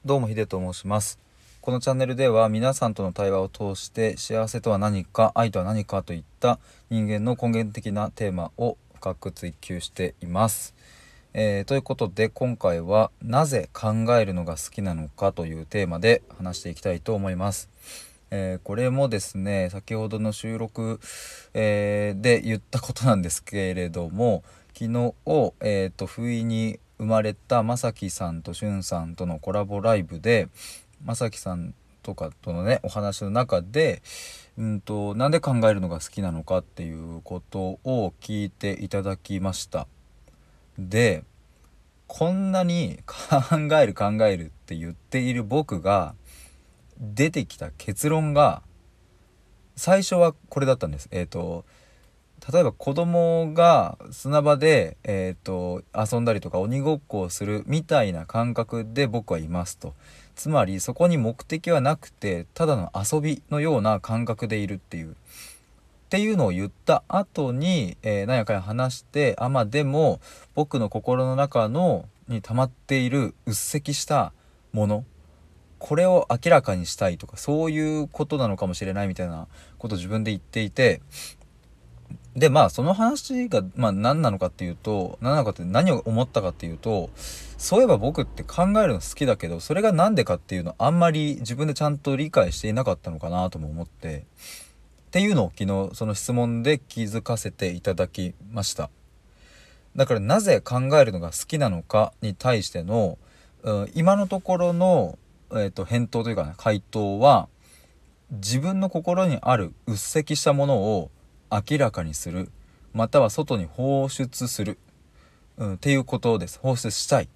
どうもヒデと申します。このチャンネルでは皆さんとの対話を通して幸せとは何か、愛とは何かといった人間の根源的なテーマを深く追求しています。ということで今回はなぜ考えるのが好きなのかというテーマで話していきたいと思います。これもですね、先ほどの収録、で言ったことなんですけれども、昨日、不意に生まれたまさきさんとしゅんさんとのコラボライブで、まさきさんとかとのねお話の中で、なんで考えるのが好きなのかっていうことを聞いていただきました。で、こんなに考えるって言っている僕が出てきた結論が、最初はこれだったんです。例えば子供が砂場で、遊んだりとか鬼ごっこをするみたいな感覚で僕はいますと。つまりそこに目的はなくて、ただの遊びのような感覚でいるっていうのを言った後に、何やかんや話して、まあでも僕の心の中のに溜まっているうっせきしたもの、これを明らかにしたいとか、そういうことなのかもしれないみたいなことを自分で言っていて、でまあその話が何なのかっていうと、何なのかって何を思ったかっていうと、そういえば僕って考えるの好きだけど、それが何でかっていうのあんまり自分でちゃんと理解していなかったのかなとも思って、っていうのを昨日その質問で気づかせていただきました。だからなぜ考えるのが好きなのかに対しての、今のところの、返答というかね、回答は、自分の心にあるうっせきしたものを明らかにする、または外に放出する、っていうことです。放出したい。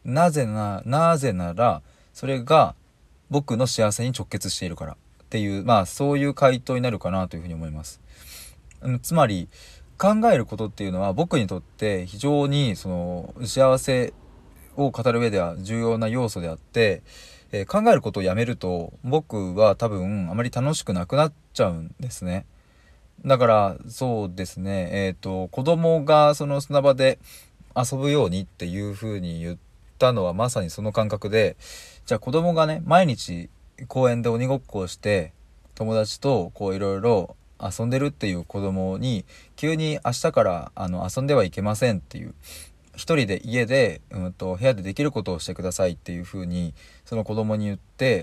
なぜならそれが僕の幸せに直結しているからっていう、そういう回答になるかなというふうに思います。つまり考えることっていうのは僕にとって非常にその幸せを語る上では重要な要素であって、考えることをやめると僕は多分あまり楽しくなくなっちゃうんですね。だからそうですね、子供がその砂場で遊ぶようにっていう風に言ったのはまさにその感覚で、じゃあ子供がね毎日公園で鬼ごっこをして友達とこういろいろ遊んでるっていう子供に急に明日から遊んではいけませんっていう、一人で家で、部屋でできることをしてくださいっていう風にその子供に言って、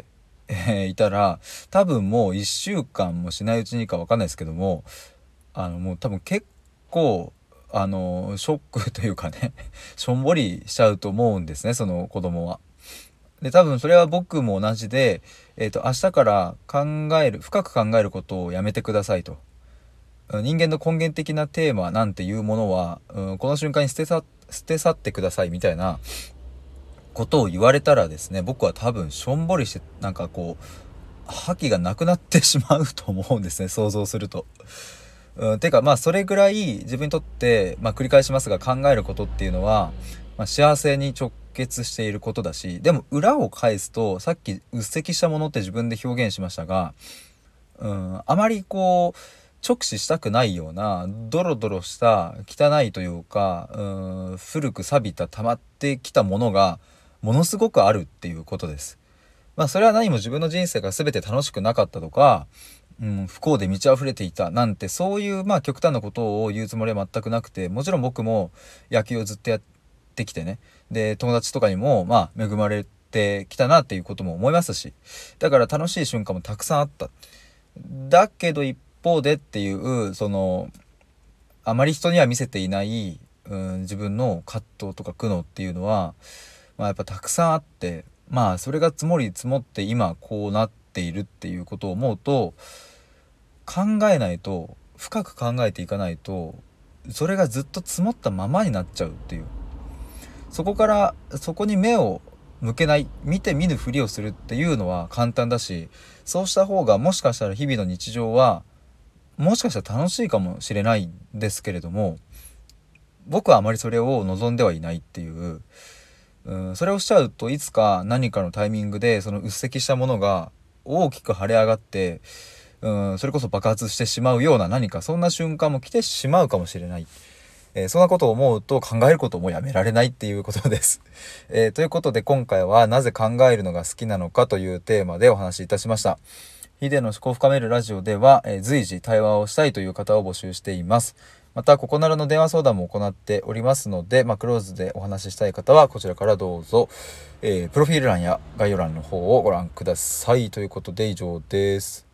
いたら、多分もう1週間もしないうちにか分かんないですけども、もう多分結構ショックというかねしょんぼりしちゃうと思うんですね、その子供は。で多分それは僕も同じで、明日から深く考えることをやめてくださいと。人間の根源的なテーマなんていうものは、この瞬間に捨て去ってくださいみたいなことを言われたらですね、僕は多分しょんぼりして、なんかこう覇気がなくなってしまうと思うんですね、想像すると。てかそれぐらい自分にとって、繰り返しますが考えることっていうのは、幸せに直結していることだし、でも裏を返すとさっきうっせきしたものって自分で表現しましたが、あまりこう直視したくないようなドロドロした汚いというか、古く錆びた溜まってきたものがものすごくあるっていうことです。それは何も自分の人生が全て楽しくなかったとか、不幸で満ち溢れていたなんて、そういう極端なことを言うつもりは全くなくて、もちろん僕も野球をずっとやってきてね、で友達とかにも恵まれてきたなっていうことも思いますし、だから楽しい瞬間もたくさんあった。だけど一方でっていう、そのあまり人には見せていない、自分の葛藤とか苦悩っていうのは、やっぱたくさんあって、それが積もり積もって今こうなっているっていうことを思うと、深く考えていかないと、それがずっと積もったままになっちゃうっていう、そこに目を向けない、見て見ぬふりをするっていうのは簡単だし、そうした方がもしかしたら日々の日常はもしかしたら楽しいかもしれないんですけれども、僕はあまりそれを望んではいないっていう、それをしちゃうといつか何かのタイミングでそのうっせきしたものが大きく腫れ上がって、それこそ爆発してしまうような、何かそんな瞬間も来てしまうかもしれない。 そんなことを思うと考えることをもうやめられないっていうことです。ということで今回はなぜ考えるのが好きなのかというテーマでお話しいたしました。ヒデの思考を深めるラジオでは、随時対話をしたいという方を募集しています。また、ここならの電話相談も行っておりますので、クローズでお話ししたい方はこちらからどうぞ、プロフィール欄や概要欄の方をご覧ください。ということで以上です。